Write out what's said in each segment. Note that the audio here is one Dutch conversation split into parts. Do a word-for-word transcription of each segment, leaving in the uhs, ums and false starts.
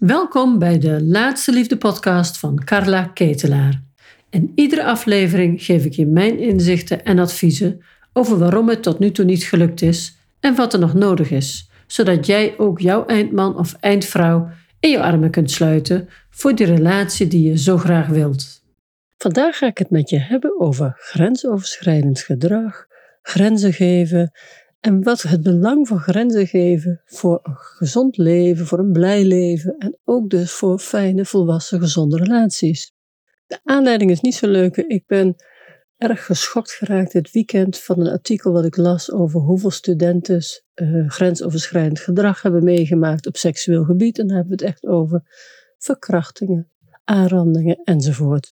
Welkom bij de Laatste Liefde podcast van Carla Ketelaar. In iedere aflevering geef ik je mijn inzichten en adviezen over waarom het tot nu toe niet gelukt is en wat er nog nodig is, zodat jij ook jouw eindman of eindvrouw in je armen kunt sluiten voor die relatie die je zo graag wilt. Vandaag ga ik het met je hebben over grensoverschrijdend gedrag, grenzen geven en wat het belang van grenzen geven voor een gezond leven, voor een blij leven en ook dus voor fijne, volwassen, gezonde relaties. De aanleiding is niet zo leuk. Ik ben erg geschokt geraakt dit weekend van een artikel wat ik las over hoeveel studenten uh, grensoverschrijdend gedrag hebben meegemaakt op seksueel gebied. En dan hebben we het echt over verkrachtingen, aanrandingen enzovoort.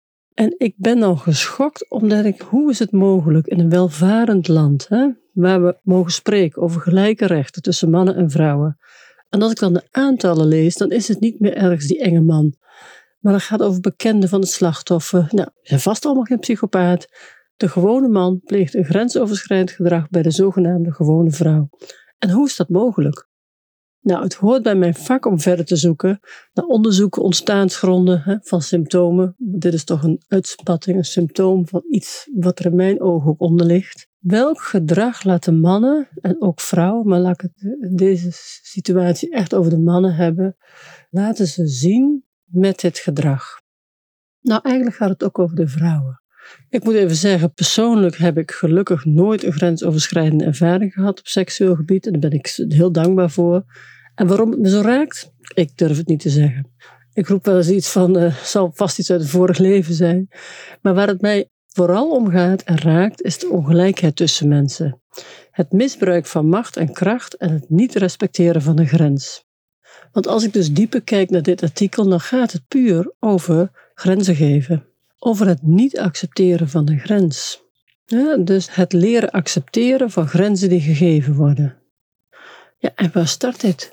En ik ben dan geschokt omdat ik, hoe is het mogelijk in een welvarend land, hè, waar we mogen spreken over gelijke rechten tussen mannen en vrouwen. En als ik dan de aantallen lees, dan is het niet meer ergens die enge man. Maar het gaat over bekenden van het slachtoffer. Nou, ze zijn vast allemaal geen psychopaat. De gewone man pleegt een grensoverschrijdend gedrag bij de zogenaamde gewone vrouw. En hoe is dat mogelijk? Nou, het hoort bij mijn vak om verder te zoeken naar onderzoeken, ontstaansgronden hè, van symptomen. Dit is toch een uitspatting, een symptoom van iets wat er in mijn ogen ook onder ligt. Welk gedrag laten mannen en ook vrouwen, maar laat ik het in deze situatie echt over de mannen hebben, laten ze zien met dit gedrag? Nou, eigenlijk gaat het ook over de vrouwen. Ik moet even zeggen, persoonlijk heb ik gelukkig nooit een grensoverschrijdende ervaring gehad op seksueel gebied. En daar ben ik heel dankbaar voor. En waarom het me zo raakt? Ik durf het niet te zeggen. Ik roep wel eens iets van, uh, zal vast iets uit het vorig leven zijn. Maar waar het mij vooral om gaat en raakt, is de ongelijkheid tussen mensen. Het misbruik van macht en kracht en het niet respecteren van een grens. Want als ik dus dieper kijk naar dit artikel, dan gaat het puur over grenzen geven. Over het niet accepteren van een grens. Ja, dus het leren accepteren van grenzen die gegeven worden. Ja, en waar start dit?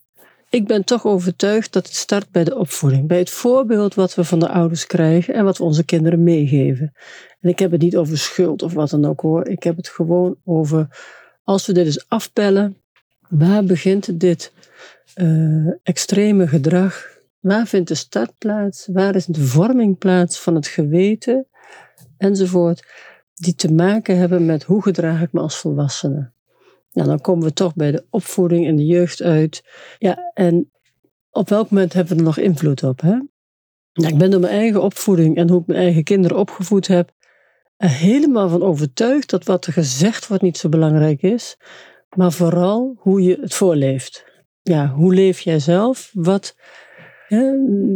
Ik ben toch overtuigd dat het start bij de opvoeding. Bij het voorbeeld wat we van de ouders krijgen en wat we onze kinderen meegeven. En ik heb het niet over schuld of wat dan ook hoor. Ik heb het gewoon over, als we dit eens afpellen, waar begint dit uh, extreme gedrag? Waar vindt de start plaats? Waar is de vorming plaats van het geweten? Enzovoort. Die te maken hebben met hoe gedraag ik me als volwassene. Nou, dan komen we toch bij de opvoeding en de jeugd uit. Ja, en op welk moment hebben we er nog invloed op? Hè? Nou, ik ben door mijn eigen opvoeding en hoe ik mijn eigen kinderen opgevoed heb, er helemaal van overtuigd dat wat er gezegd wordt niet zo belangrijk is. Maar vooral hoe je het voorleeft. Ja, hoe leef jij zelf? Wat... Ja,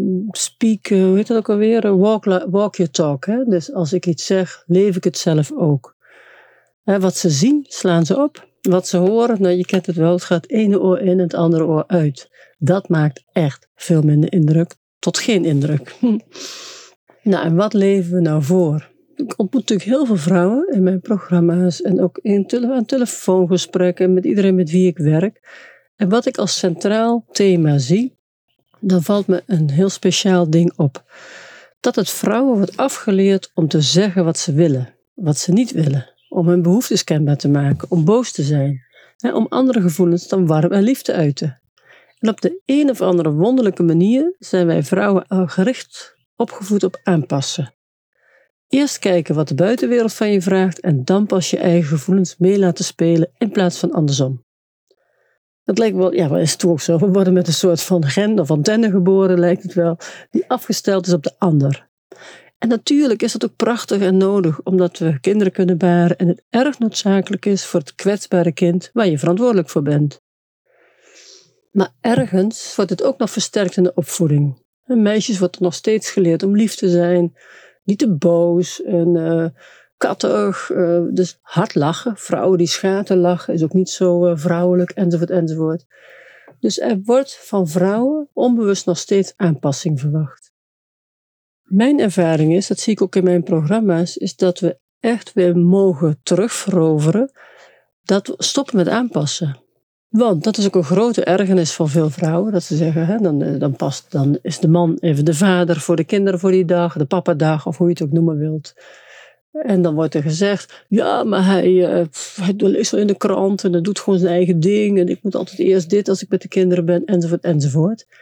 speak, hoe heet dat ook alweer? Walk, walk your talk. Hè? Dus als ik iets zeg, leef ik het zelf ook. Hè, wat ze zien, slaan ze op. Wat ze horen, nou je kent het wel, het gaat het ene oor in en het andere oor uit. Dat maakt echt veel minder indruk, tot geen indruk. Nou, en wat leven we nou voor? Ik ontmoet natuurlijk heel veel vrouwen in mijn programma's en ook in tele- aan telefoongesprekken met iedereen met wie ik werk. En wat ik als centraal thema zie, dan valt me een heel speciaal ding op. Dat het vrouwen wordt afgeleerd om te zeggen wat ze willen, wat ze niet willen. Om hun behoeftes kenbaar te maken, om boos te zijn. Hè, om andere gevoelens dan warm en lief te uiten. En op de een of andere wonderlijke manier zijn wij vrouwen al gericht opgevoed op aanpassen. Eerst kijken wat de buitenwereld van je vraagt en dan pas je eigen gevoelens mee laten spelen in plaats van andersom. Dat lijkt wel, ja, maar is het ook zo. We worden met een soort van gen of antenne geboren, lijkt het wel, die afgesteld is op de ander. En natuurlijk is dat ook prachtig en nodig, omdat we kinderen kunnen baren en het erg noodzakelijk is voor het kwetsbare kind waar je verantwoordelijk voor bent. Maar ergens wordt het ook nog versterkt in de opvoeding. En meisjes wordt er nog steeds geleerd om lief te zijn, niet te boos en uh, kattig, uh, dus hard lachen. Vrouwen die schaten lachen is ook niet zo uh, vrouwelijk, enzovoort, enzovoort. Dus er wordt van vrouwen onbewust nog steeds aanpassing verwacht. Mijn ervaring is, dat zie ik ook in mijn programma's, is dat we echt weer mogen terugveroveren, dat we stoppen met aanpassen. Want dat is ook een grote ergernis van veel vrouwen, dat ze zeggen, hè, dan, dan, past, dan is de man even de vader voor de kinderen voor die dag, de papadag of hoe je het ook noemen wilt. En dan wordt er gezegd, ja, maar hij, uh, hij leest wel in de krant en hij doet gewoon zijn eigen ding en ik moet altijd eerst dit als ik met de kinderen ben, enzovoort, enzovoort.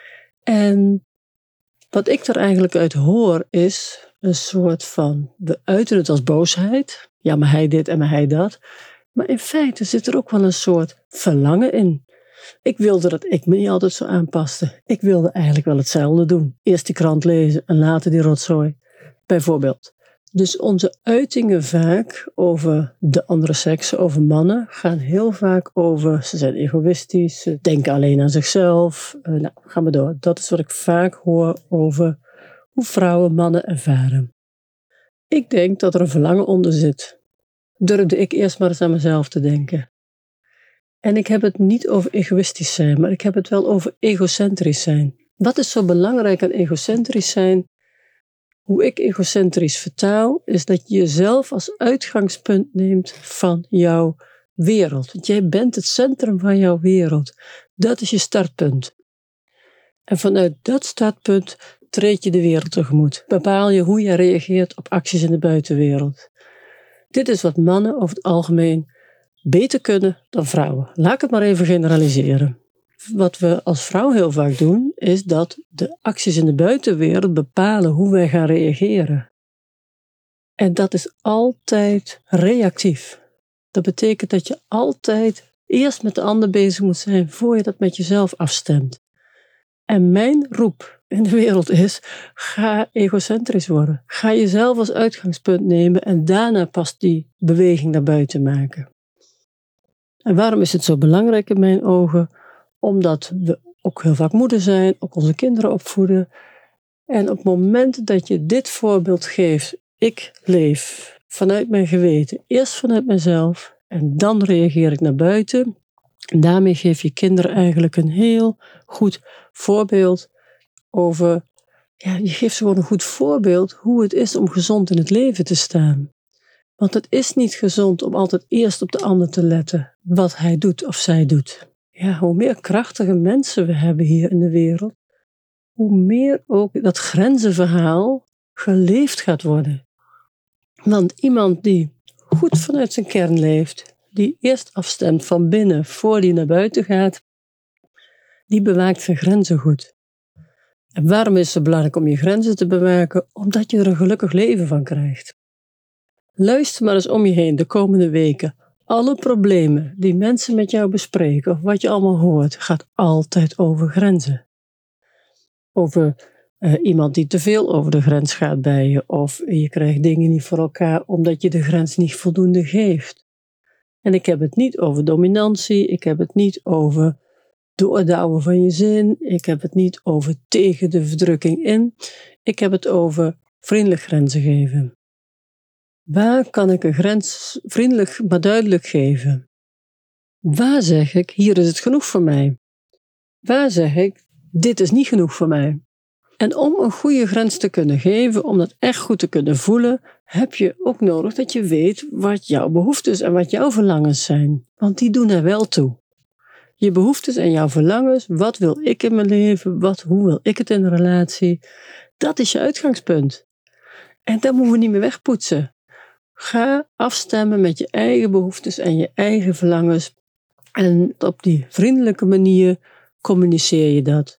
En wat ik er eigenlijk uit hoor is een soort van, we uiten het als boosheid. Ja, maar hij dit en maar hij dat. Maar in feite zit er ook wel een soort verlangen in. Ik wilde dat ik me niet altijd zo aanpaste. Ik wilde eigenlijk wel hetzelfde doen. Eerst die krant lezen en later die rotzooi. Bijvoorbeeld. Dus onze uitingen vaak over de andere seks, over mannen, gaan heel vaak over, ze zijn egoïstisch, ze denken alleen aan zichzelf. Uh, nou, ga maar door. Dat is wat ik vaak hoor over hoe vrouwen mannen ervaren. Ik denk dat er een verlangen onder zit. Durfde ik eerst maar eens aan mezelf te denken. En ik heb het niet over egoïstisch zijn, maar ik heb het wel over egocentrisch zijn. Wat is zo belangrijk aan egocentrisch zijn? Hoe ik egocentrisch vertaal, is dat je jezelf als uitgangspunt neemt van jouw wereld. Want jij bent het centrum van jouw wereld. Dat is je startpunt. En vanuit dat startpunt treed je de wereld tegemoet. Bepaal je hoe je reageert op acties in de buitenwereld. Dit is wat mannen over het algemeen beter kunnen dan vrouwen. Laat ik het maar even generaliseren. Wat we als vrouw heel vaak doen, is dat de acties in de buitenwereld bepalen hoe wij gaan reageren. En dat is altijd reactief. Dat betekent dat je altijd eerst met de ander bezig moet zijn, voor je dat met jezelf afstemt. En mijn roep in de wereld is, ga egocentrisch worden. Ga jezelf als uitgangspunt nemen en daarna pas die beweging naar buiten maken. En waarom is het zo belangrijk in mijn ogen? Omdat we ook heel vaak moeder zijn, ook onze kinderen opvoeden. En op het moment dat je dit voorbeeld geeft, ik leef vanuit mijn geweten, eerst vanuit mezelf en dan reageer ik naar buiten. En daarmee geef je kinderen eigenlijk een heel goed voorbeeld over, ja, je geeft ze gewoon een goed voorbeeld hoe het is om gezond in het leven te staan. Want het is niet gezond om altijd eerst op de ander te letten wat hij doet of zij doet. Ja, hoe meer krachtige mensen we hebben hier in de wereld, hoe meer ook dat grenzenverhaal geleefd gaat worden. Want iemand die goed vanuit zijn kern leeft, die eerst afstemt van binnen voor die naar buiten gaat, die bewaakt zijn grenzen goed. En waarom is het zo belangrijk om je grenzen te bewaken? Omdat je er een gelukkig leven van krijgt. Luister maar eens om je heen de komende weken. Alle problemen die mensen met jou bespreken, of wat je allemaal hoort, gaat altijd over grenzen. Over uh, iemand die te veel over de grens gaat bij je, of je krijgt dingen niet voor elkaar omdat je de grens niet voldoende geeft. En ik heb het niet over dominantie, ik heb het niet over doordouwen van je zin, ik heb het niet over tegen de verdrukking in, ik heb het over vriendelijk grenzen geven. Waar kan ik een grens vriendelijk maar duidelijk geven? Waar zeg ik, hier is het genoeg voor mij? Waar zeg ik, dit is niet genoeg voor mij? En om een goede grens te kunnen geven, om dat echt goed te kunnen voelen, heb je ook nodig dat je weet wat jouw behoeftes en wat jouw verlangens zijn. Want die doen er wel toe. Je behoeftes en jouw verlangens, wat wil ik in mijn leven, wat, hoe wil ik het in een relatie, dat is je uitgangspunt. En dat moeten we niet meer wegpoetsen. Ga afstemmen met je eigen behoeftes en je eigen verlangens. En op die vriendelijke manier communiceer je dat.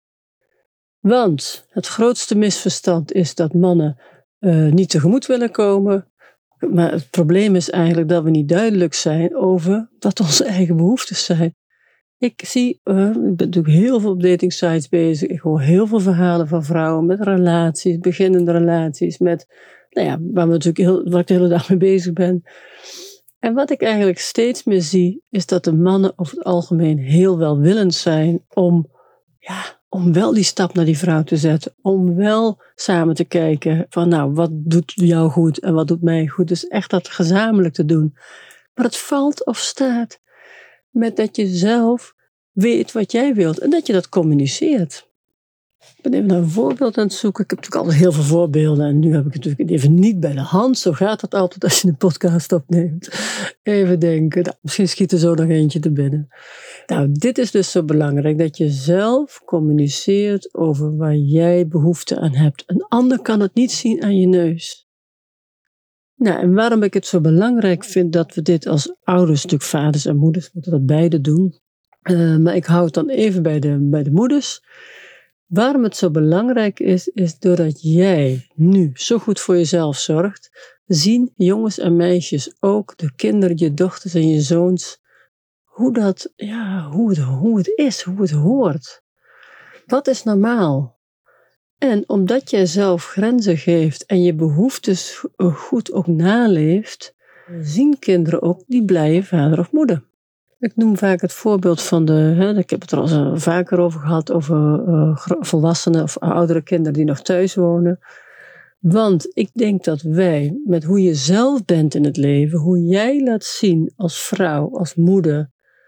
Want het grootste misverstand is dat mannen uh, niet tegemoet willen komen. Maar het probleem is eigenlijk dat we niet duidelijk zijn over wat onze eigen behoeftes zijn. Ik zie, uh, ik ben natuurlijk heel veel op datingsites bezig. Ik hoor heel veel verhalen van vrouwen met relaties, beginnende relaties, met, nou ja, waar, we natuurlijk heel, waar ik de hele dag mee bezig ben. En wat ik eigenlijk steeds meer zie, is dat de mannen over het algemeen heel welwillend zijn om, ja, om wel die stap naar die vrouw te zetten. Om wel samen te kijken van, nou, wat doet jou goed en wat doet mij goed. Dus echt dat gezamenlijk te doen. Maar het valt of staat met dat je zelf weet wat jij wilt en dat je dat communiceert. Ik ben even naar een voorbeeld aan het zoeken. Ik heb natuurlijk altijd heel veel voorbeelden en nu heb ik het natuurlijk even niet bij de hand. Zo gaat het altijd als je een podcast opneemt. Even denken, nou, misschien schiet er zo nog eentje te binnen. Nou, dit is dus zo belangrijk, dat je zelf communiceert over waar jij behoefte aan hebt. Een ander kan het niet zien aan je neus. Nou, en waarom ik het zo belangrijk vind dat we dit als ouders, natuurlijk vaders en moeders, moeten dat beide doen. Uh, maar ik hou het dan even bij de, bij de moeders. Waarom het zo belangrijk is, is doordat jij nu zo goed voor jezelf zorgt, zien jongens en meisjes ook, de kinderen, je dochters en je zoons, hoe dat, ja, hoe het, hoe het is, hoe het hoort. Wat is normaal? En omdat jij zelf grenzen geeft en je behoeftes goed ook naleeft, zien kinderen ook die blije vader of moeder. Ik noem vaak het voorbeeld van de, hè, ik heb het er al vaker over gehad, over uh, volwassenen of oudere kinderen die nog thuis wonen. Want ik denk dat wij, met hoe je zelf bent in het leven, hoe jij laat zien als vrouw, als moeder,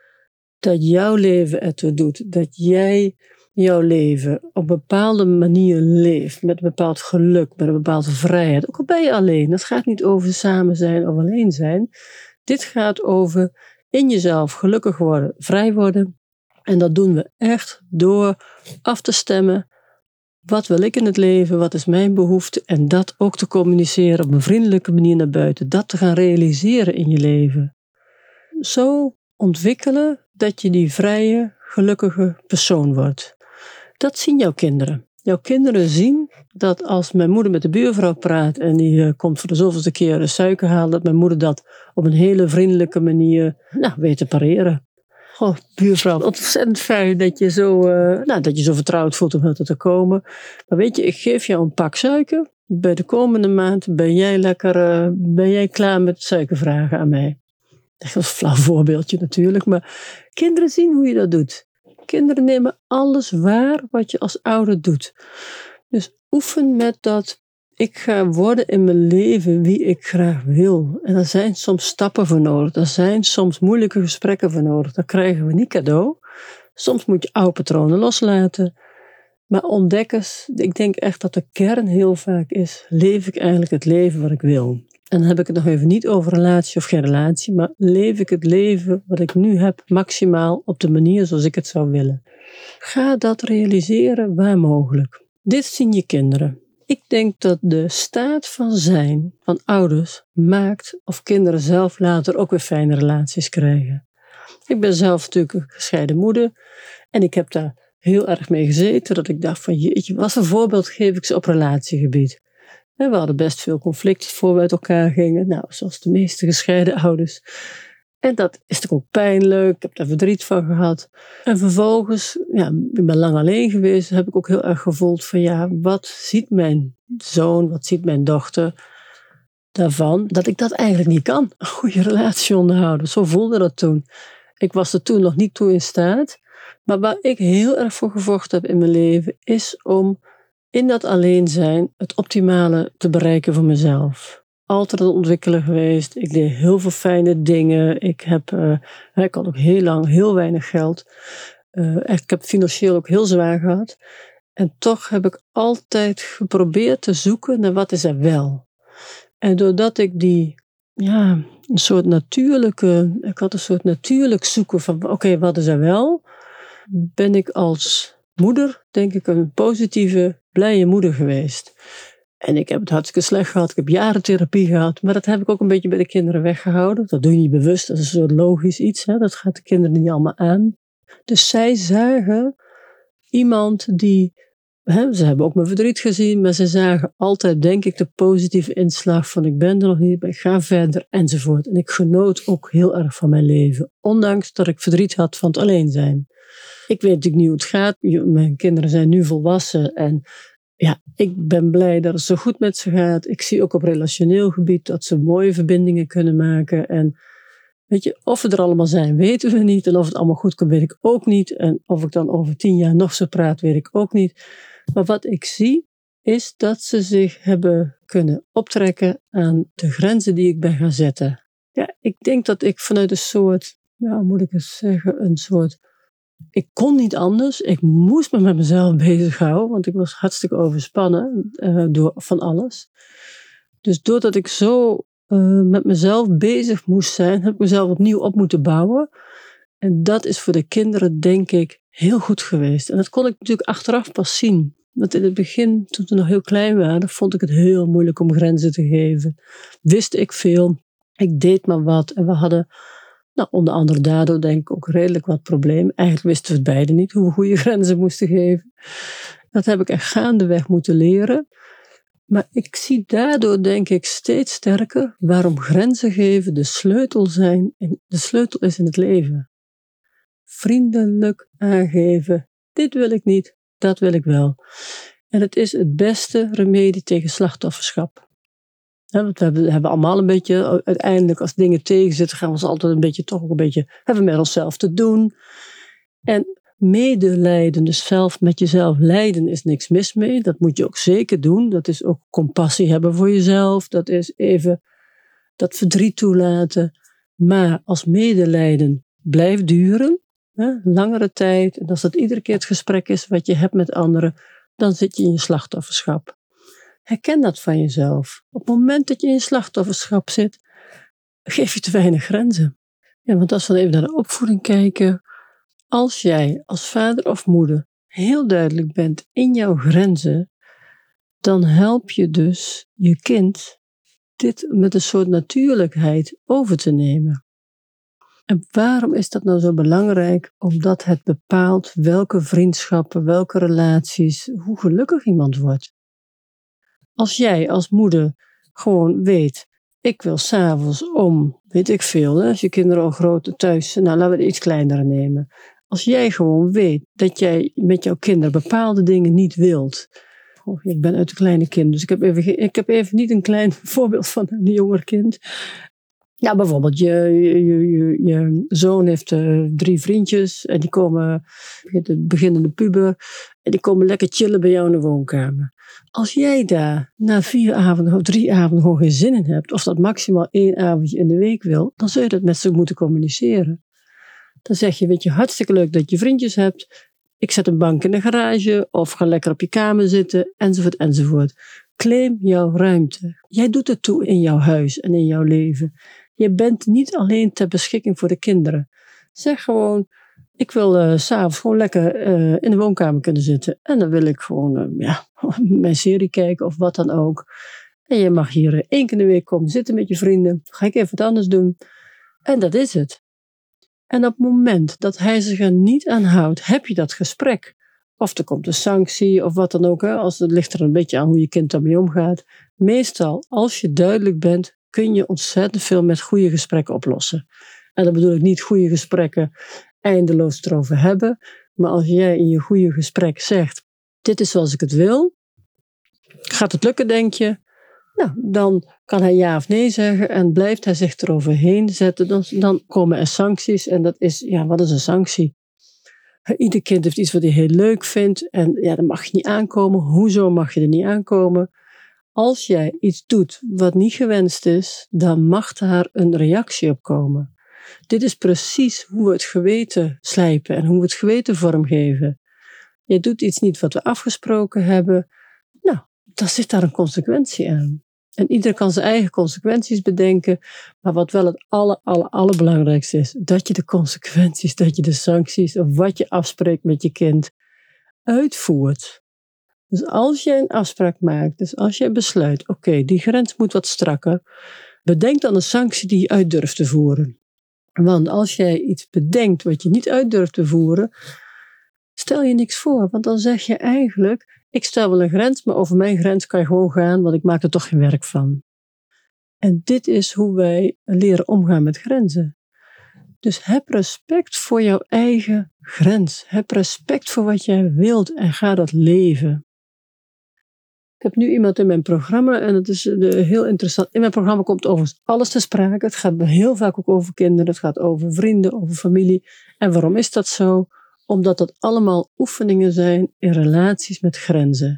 dat jouw leven ertoe doet, dat jij jouw leven op een bepaalde manier leeft, met een bepaald geluk, met een bepaalde vrijheid. Ook al ben je alleen, dat gaat niet over samen zijn of alleen zijn. Dit gaat over in jezelf gelukkig worden, vrij worden. En dat doen we echt door af te stemmen. Wat wil ik in het leven? Wat is mijn behoefte? En dat ook te communiceren op een vriendelijke manier naar buiten. Dat te gaan realiseren in je leven. Zo ontwikkelen dat je die vrije, gelukkige persoon wordt. Dat zien jouw kinderen. Jouw kinderen zien dat als mijn moeder met de buurvrouw praat en die uh, komt voor de zoveelste keer de suiker halen, dat mijn moeder dat op een hele vriendelijke manier nou, weet te pareren. Goh, buurvrouw, ontzettend fijn dat je zo, uh, nou, dat je zo vertrouwd voelt om heel te komen. Maar weet je, ik geef jou een pak suiker. Bij de komende maand ben jij lekker, uh, ben jij klaar met suikervragen aan mij. Dat is een flauw voorbeeldje natuurlijk, maar kinderen zien hoe je dat doet. Kinderen nemen alles waar wat je als ouder doet. Dus oefen met dat ik ga worden in mijn leven wie ik graag wil. En daar zijn soms stappen voor nodig. Daar zijn soms moeilijke gesprekken voor nodig. Dat krijgen we niet cadeau. Soms moet je oude patronen loslaten. Maar ontdek eens, ik denk echt dat de kern heel vaak is, leef ik eigenlijk het leven wat ik wil? En dan heb ik het nog even niet over relatie of geen relatie, maar leef ik het leven wat ik nu heb maximaal op de manier zoals ik het zou willen? Ga dat realiseren waar mogelijk. Dit zien je kinderen. Ik denk dat de staat van zijn van ouders maakt of kinderen zelf later ook weer fijne relaties krijgen. Ik ben zelf natuurlijk een gescheiden moeder en ik heb daar heel erg mee gezeten dat ik dacht van jeetje, wat voor voorbeeld geef ik ze op relatiegebied? En we hadden best veel conflicten voor we uit elkaar gingen. Nou, zoals de meeste gescheiden ouders. En dat is toch ook pijnlijk. Ik heb daar verdriet van gehad. En vervolgens, ja, ik ben lang alleen geweest. Heb ik ook heel erg gevoeld van ja, wat ziet mijn zoon, wat ziet mijn dochter daarvan? Dat ik dat eigenlijk niet kan. Een goede relatie onderhouden. Zo voelde dat toen. Ik was er toen nog niet toe in staat. Maar waar ik heel erg voor gevochten heb in mijn leven, is om in dat alleen zijn het optimale te bereiken voor mezelf. Altijd aan het ontwikkelen geweest. Ik deed heel veel fijne dingen. Ik, heb, uh, ik had ook heel lang heel weinig geld. Uh, echt, ik heb financieel ook heel zwaar gehad. En toch heb ik altijd geprobeerd te zoeken naar wat is er wel. En doordat ik die, ja, een soort natuurlijke, ik had een soort natuurlijk zoeken van oké, okay, wat is er wel? Ben ik als moeder, denk ik, een positieve, blije moeder geweest. En ik heb het hartstikke slecht gehad. Ik heb jaren therapie gehad. Maar dat heb ik ook een beetje bij de kinderen weggehouden. Dat doe je niet bewust. Dat is een soort logisch iets. Hè? Dat gaat de kinderen niet allemaal aan. Dus zij zagen iemand die, hè, ze hebben ook mijn verdriet gezien. Maar ze zagen altijd, denk ik, de positieve inslag van ik ben er nog niet. Ik ga verder enzovoort. En ik genoot ook heel erg van mijn leven. Ondanks dat ik verdriet had van het alleen zijn. Ik weet natuurlijk niet hoe het gaat. Mijn kinderen zijn nu volwassen. En ja, ik ben blij dat het zo goed met ze gaat. Ik zie ook op relationeel gebied dat ze mooie verbindingen kunnen maken. En weet je, of we er allemaal zijn, weten we niet. En of het allemaal goed komt, weet ik ook niet. En of ik dan over tien jaar nog zo praat, weet ik ook niet. Maar wat ik zie, is dat ze zich hebben kunnen optrekken aan de grenzen die ik ben gaan zetten. Ja, ik denk dat ik vanuit een soort, ja, hoe moet ik het zeggen, een soort, ik kon niet anders. Ik moest me met mezelf bezighouden, want ik was hartstikke overspannen uh, door van alles. Dus doordat ik zo uh, met mezelf bezig moest zijn, heb ik mezelf opnieuw op moeten bouwen. En dat is voor de kinderen, denk ik, heel goed geweest. En dat kon ik natuurlijk achteraf pas zien. Want in het begin, toen we nog heel klein waren, vond ik het heel moeilijk om grenzen te geven. Wist ik veel. Ik deed maar wat. En we hadden, nou, onder andere daardoor denk ik ook redelijk wat problemen. Eigenlijk wisten we het beiden niet, hoe we goede grenzen moesten geven. Dat heb ik echt gaandeweg moeten leren. Maar ik zie daardoor, denk ik, steeds sterker waarom grenzen geven de sleutel zijn. En de sleutel is in het leven. Vriendelijk aangeven. Dit wil ik niet, dat wil ik wel. En het is het beste remedie tegen slachtofferschap. Ja, want we hebben, we hebben allemaal een beetje, uiteindelijk als dingen tegenzitten, gaan we ons altijd een beetje, toch ook een beetje, hebben we met onszelf te doen. En medelijden, dus zelf met jezelf lijden, is niks mis mee. Dat moet je ook zeker doen. Dat is ook compassie hebben voor jezelf. Dat is even dat verdriet toelaten. Maar als medelijden blijft duren, hè, langere tijd, en als dat iedere keer het gesprek is wat je hebt met anderen, dan zit je in je slachtofferschap. Herken dat van jezelf. Op het moment dat je in je slachtofferschap zit, geef je te weinig grenzen. Ja, want als we even naar de opvoeding kijken, als jij als vader of moeder heel duidelijk bent in jouw grenzen, dan help je dus je kind dit met een soort natuurlijkheid over te nemen. En waarom is dat nou zo belangrijk? Omdat het bepaalt welke vriendschappen, welke relaties, hoe gelukkig iemand wordt. Als jij als moeder gewoon weet, ik wil 's avonds om, weet ik veel, hè, als je kinderen al groot thuis, nou laten we de iets kleinere nemen. Als jij gewoon weet dat jij met jouw kinderen bepaalde dingen niet wilt. Oh, ik ben uit een kleine kind, dus ik heb, even, ik heb even niet een klein voorbeeld van een jonger kind. Ja, bijvoorbeeld, je, je, je, je zoon heeft uh, drie vriendjes en die komen, de beginnende puber, en die komen lekker chillen bij jou in de woonkamer. Als jij daar na vier avonden of drie avonden gewoon geen zin in hebt, of dat maximaal één avondje in de week wil, dan zul je dat met ze moeten communiceren. Dan zeg je, weet je, hartstikke leuk dat je vriendjes hebt. Ik zet een bank in de garage of ga lekker op je kamer zitten, enzovoort, enzovoort. Claim jouw ruimte. Jij doet het toe in jouw huis en in jouw leven. Je bent niet alleen ter beschikking voor de kinderen. Zeg gewoon, ik wil uh, 's avonds gewoon lekker uh, in de woonkamer kunnen zitten. En dan wil ik gewoon uh, ja, mijn serie kijken of wat dan ook. En je mag hier uh, één keer in de week komen zitten met je vrienden. Ga ik even wat anders doen. En dat is het. En op het moment dat hij zich er niet aan houdt, heb je dat gesprek. Of er komt een sanctie of wat dan ook. Hè, als het ligt er een beetje aan hoe je kind daarmee omgaat. Meestal, als je duidelijk bent, kun je ontzettend veel met goede gesprekken oplossen. En dan bedoel ik niet goede gesprekken eindeloos erover hebben. Maar als jij in je goede gesprek zegt, dit is zoals ik het wil. Gaat het lukken, denk je? Nou, dan kan hij ja of nee zeggen en blijft hij zich eroverheen zetten. Dan, dan komen er sancties en dat is, ja, wat is een sanctie? Ieder kind heeft iets wat hij heel leuk vindt en ja, dan mag je niet aankomen. Hoezo mag je er niet aankomen? Als jij iets doet wat niet gewenst is, dan mag daar een reactie op komen. Dit is precies hoe we het geweten slijpen en hoe we het geweten vormgeven. Je doet iets niet wat we afgesproken hebben. Nou, dan zit daar een consequentie aan. En ieder kan zijn eigen consequenties bedenken. Maar wat wel het aller, aller, allerbelangrijkste is, dat je de consequenties, dat je de sancties of wat je afspreekt met je kind uitvoert. Dus als jij een afspraak maakt, dus als jij besluit, oké, okay, die grens moet wat strakker, bedenk dan een sanctie die je uit durft te voeren. Want als jij iets bedenkt wat je niet uit durft te voeren, stel je niks voor. Want dan zeg je eigenlijk, ik stel wel een grens, maar over mijn grens kan je gewoon gaan, want ik maak er toch geen werk van. En dit is hoe wij leren omgaan met grenzen. Dus heb respect voor jouw eigen grens. Heb respect voor wat jij wilt en ga dat leven. Ik heb nu iemand in mijn programma en het is heel interessant. In mijn programma komt overigens alles te sprake. Het gaat heel vaak ook over kinderen. Het gaat over vrienden, over familie. En waarom is dat zo? Omdat dat allemaal oefeningen zijn in relaties met grenzen.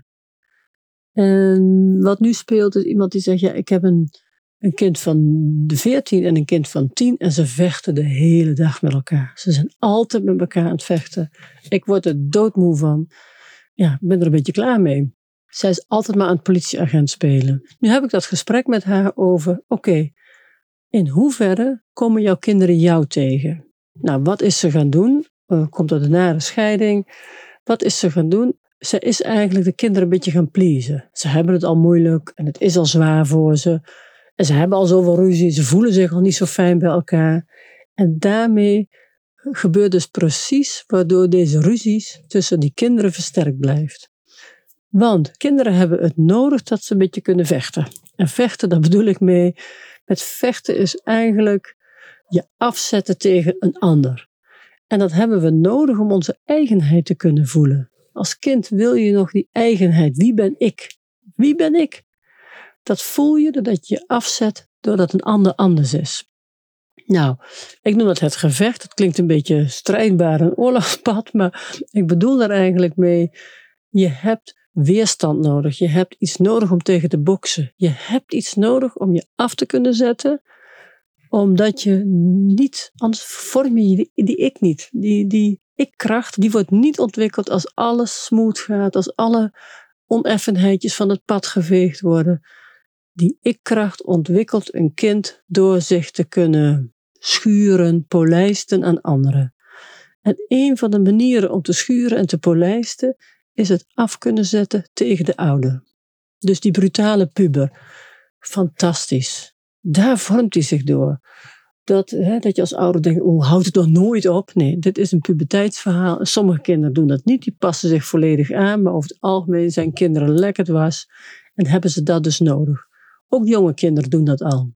En wat nu speelt is iemand die zegt, ja, ik heb een, een kind van de veertien en een kind van tien en ze vechten de hele dag met elkaar. Ze zijn altijd met elkaar aan het vechten. Ik word er doodmoe van. Ja, ik ben er een beetje klaar mee. Zij is altijd maar aan het politieagent spelen. Nu heb ik dat gesprek met haar over, oké, okay, in hoeverre komen jouw kinderen jou tegen? Nou, wat is ze gaan doen? Uh, komt er een nare scheiding? Wat is ze gaan doen? Ze is eigenlijk de kinderen een beetje gaan pleasen. Ze hebben het al moeilijk en het is al zwaar voor ze. En ze hebben al zoveel ruzie, ze voelen zich al niet zo fijn bij elkaar. En daarmee gebeurt dus precies waardoor deze ruzies tussen die kinderen versterkt blijft. Want kinderen hebben het nodig dat ze een beetje kunnen vechten. En vechten, daar bedoel ik mee. Met vechten is eigenlijk je afzetten tegen een ander. En dat hebben we nodig om onze eigenheid te kunnen voelen. Als kind wil je nog die eigenheid. Wie ben ik? Wie ben ik? Dat voel je doordat je je afzet doordat een ander anders is. Nou, ik noem dat het gevecht. Het klinkt een beetje strijdbaar, een oorlogspad. Maar ik bedoel daar eigenlijk mee. Je hebt weerstand nodig. Je hebt iets nodig om tegen te boksen. Je hebt iets nodig om je af te kunnen zetten. Omdat je niet, anders vorm je die, die ik niet. Die, die ik-kracht, die wordt niet ontwikkeld als alles smooth gaat. Als alle oneffenheidjes van het pad geveegd worden. Die ik-kracht ontwikkelt een kind door zich te kunnen schuren, polijsten aan anderen. En een van de manieren om te schuren en te polijsten is het af kunnen zetten tegen de ouder. Dus die brutale puber. Fantastisch. Daar vormt hij zich door. Dat, hè, dat je als ouder denkt, oh, houdt het toch nooit op? Nee, dit is een puberteitsverhaal. Sommige kinderen doen dat niet, die passen zich volledig aan. Maar over het algemeen zijn kinderen lekker dwars en hebben ze dat dus nodig. Ook jonge kinderen doen dat al.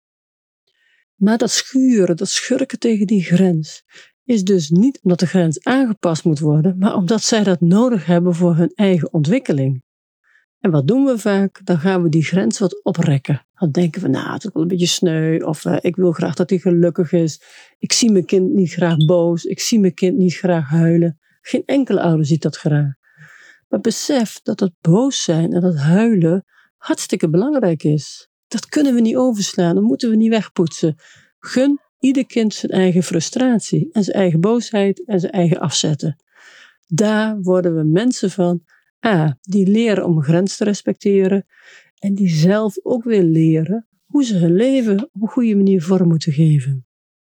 Maar dat schuren, dat schurken tegen die grens, is dus niet omdat de grens aangepast moet worden, maar omdat zij dat nodig hebben voor hun eigen ontwikkeling. En wat doen we vaak? Dan gaan we die grens wat oprekken. Dan denken we, nou, het is wel een beetje sneu, of uh, ik wil graag dat hij gelukkig is. Ik zie mijn kind niet graag boos, ik zie mijn kind niet graag huilen. Geen enkele ouder ziet dat graag. Maar besef dat het boos zijn en dat huilen hartstikke belangrijk is. Dat kunnen we niet overslaan, dat moeten we niet wegpoetsen. Gun ieder kind zijn eigen frustratie en zijn eigen boosheid en zijn eigen afzetten. Daar worden we mensen van, A, die leren om een grens te respecteren en die zelf ook weer leren hoe ze hun leven op een goede manier vorm moeten geven.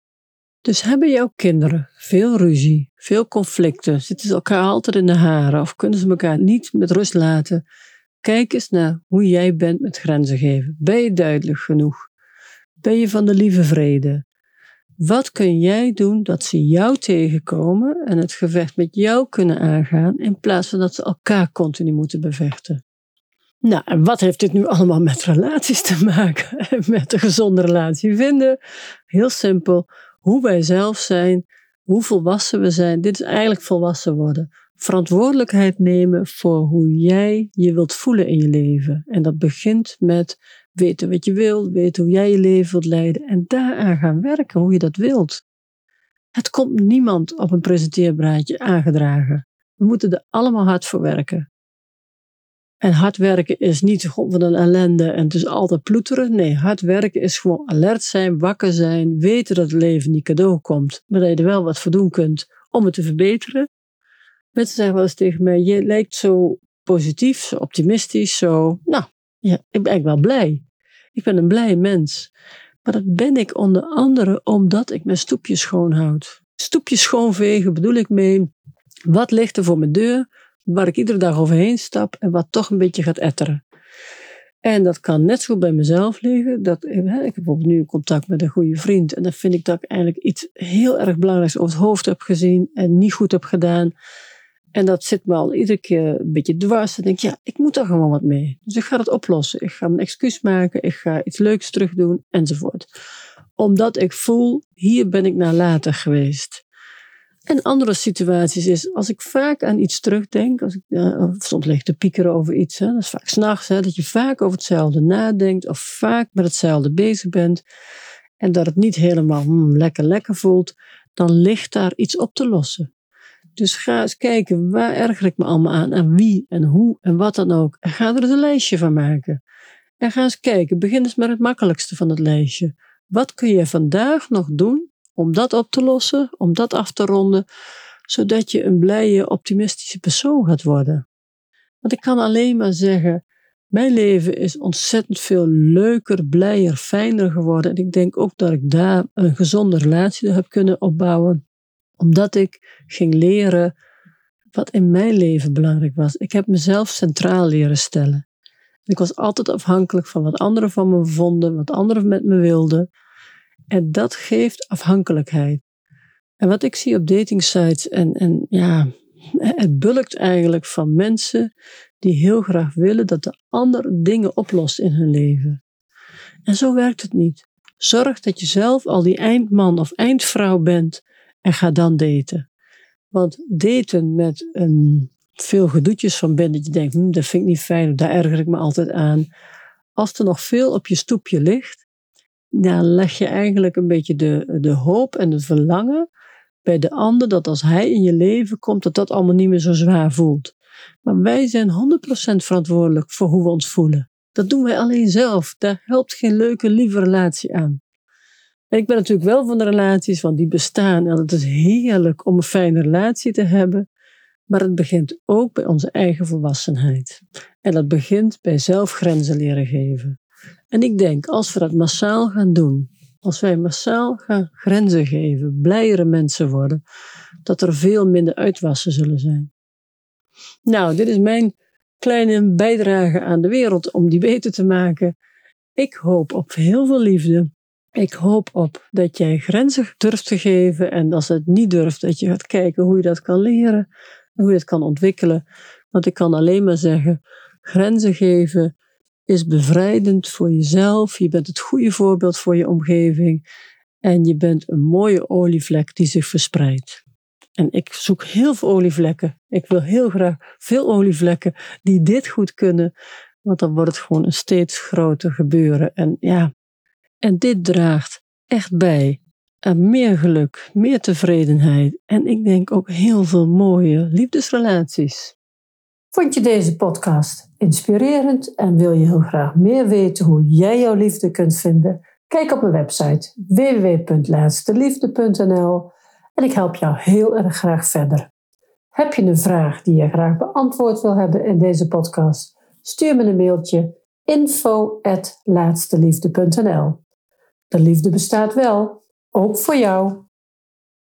Dus hebben jouw kinderen veel ruzie, veel conflicten, zitten ze elkaar altijd in de haren of kunnen ze elkaar niet met rust laten? Kijk eens naar hoe jij bent met grenzen geven. Ben je duidelijk genoeg? Ben je van de lieve vrede? Wat kun jij doen dat ze jou tegenkomen en het gevecht met jou kunnen aangaan in plaats van dat ze elkaar continu moeten bevechten? Nou, en wat heeft dit nu allemaal met relaties te maken? En met een gezonde relatie vinden? Heel simpel. Hoe wij zelf zijn, hoe volwassen we zijn. Dit is eigenlijk volwassen worden. Verantwoordelijkheid nemen voor hoe jij je wilt voelen in je leven. En dat begint met weten wat je wilt, weten hoe jij je leven wilt leiden en daaraan gaan werken hoe je dat wilt. Het komt niemand op een presenteerblaadje aangedragen. We moeten er allemaal hard voor werken. En hard werken is niet god van een ellende en dus altijd ploeteren. Nee, hard werken is gewoon alert zijn, wakker zijn, weten dat het leven niet cadeau komt, maar dat je er wel wat voor doen kunt om het te verbeteren. Mensen zeggen wel eens tegen mij, je lijkt zo positief, zo optimistisch, zo... Nou, ja, ik ben eigenlijk wel blij. Ik ben een blij mens. Maar dat ben ik onder andere omdat ik mijn stoepje schoonhoud. Stoepje schoonvegen bedoel ik mee, wat ligt er voor mijn deur, waar ik iedere dag overheen stap en wat toch een beetje gaat etteren. En dat kan net zo bij mezelf liggen. Dat, ik heb bijvoorbeeld nu contact met een goede vriend en dan vind ik dat ik eigenlijk iets heel erg belangrijks over het hoofd heb gezien en niet goed heb gedaan. En dat zit me al iedere keer een beetje dwars. En denk ik, ja, ik moet daar gewoon wat mee. Dus ik ga het oplossen. Ik ga mijn excuus maken. Ik ga iets leuks terug doen. Enzovoort. Omdat ik voel, hier ben ik nalatig geweest. En andere situaties is, als ik vaak aan iets terugdenk. Als ik, uh, soms lig te piekeren over iets. Hè, dat is vaak 's nachts. Hè, dat je vaak over hetzelfde nadenkt. Of vaak met hetzelfde bezig bent. En dat het niet helemaal hmm, lekker lekker voelt. Dan ligt daar iets op te lossen. Dus ga eens kijken, waar erger ik me allemaal aan? Aan wie en hoe en wat dan ook. En ga er eens een lijstje van maken. En ga eens kijken, begin eens met het makkelijkste van het lijstje. Wat kun je vandaag nog doen om dat op te lossen, om dat af te ronden, zodat je een blije, optimistische persoon gaat worden? Want ik kan alleen maar zeggen, mijn leven is ontzettend veel leuker, blijer, fijner geworden. En ik denk ook dat ik daar een gezonde relatie heb kunnen opbouwen. Omdat ik ging leren wat in mijn leven belangrijk was. Ik heb mezelf centraal leren stellen. Ik was altijd afhankelijk van wat anderen van me vonden, wat anderen met me wilden. En dat geeft afhankelijkheid. En wat ik zie op datingsites en, en ja, Het bulkt eigenlijk van mensen die heel graag willen dat de ander dingen oplost in hun leven. En zo werkt het niet. Zorg dat je zelf al die eindman of eindvrouw bent en ga dan daten. Want daten met een veel gedoetjes van bent dat je denkt, hm, dat vind ik niet fijn, daar erger ik me altijd aan. Als er nog veel op je stoepje ligt, dan leg je eigenlijk een beetje de, de hoop en het verlangen bij de ander dat als hij in je leven komt, dat dat allemaal niet meer zo zwaar voelt. Maar wij zijn honderd procent verantwoordelijk voor hoe we ons voelen. Dat doen wij alleen zelf. Daar helpt geen leuke, lieve relatie aan. En ik ben natuurlijk wel van de relaties, want die bestaan. En het is heerlijk om een fijne relatie te hebben. Maar het begint ook bij onze eigen volwassenheid. En dat begint bij zelf grenzen leren geven. En ik denk, als we dat massaal gaan doen, als wij massaal gaan grenzen geven, blijere mensen worden, dat er veel minder uitwassen zullen zijn. Nou, dit is mijn kleine bijdrage aan de wereld om die beter te maken. Ik hoop op heel veel liefde. Ik hoop op dat jij grenzen durft te geven en als het niet durft, dat je gaat kijken hoe je dat kan leren en hoe je het kan ontwikkelen. Want ik kan alleen maar zeggen, grenzen geven is bevrijdend voor jezelf. Je bent het goede voorbeeld voor je omgeving en je bent een mooie olievlek die zich verspreidt. En ik zoek heel veel olievlekken. Ik wil heel graag veel olievlekken die dit goed kunnen, want dan wordt het gewoon een steeds groter gebeuren. En ja, en dit draagt echt bij aan meer geluk, meer tevredenheid en ik denk ook heel veel mooie liefdesrelaties. Vond je deze podcast inspirerend en wil je heel graag meer weten hoe jij jouw liefde kunt vinden? Kijk op mijn website w w w punt laatsteliefde punt n l en ik help jou heel erg graag verder. Heb je een vraag die je graag beantwoord wil hebben in deze podcast? Stuur me een mailtje info at laatsteliefde punt n l. De liefde bestaat wel, ook voor jou.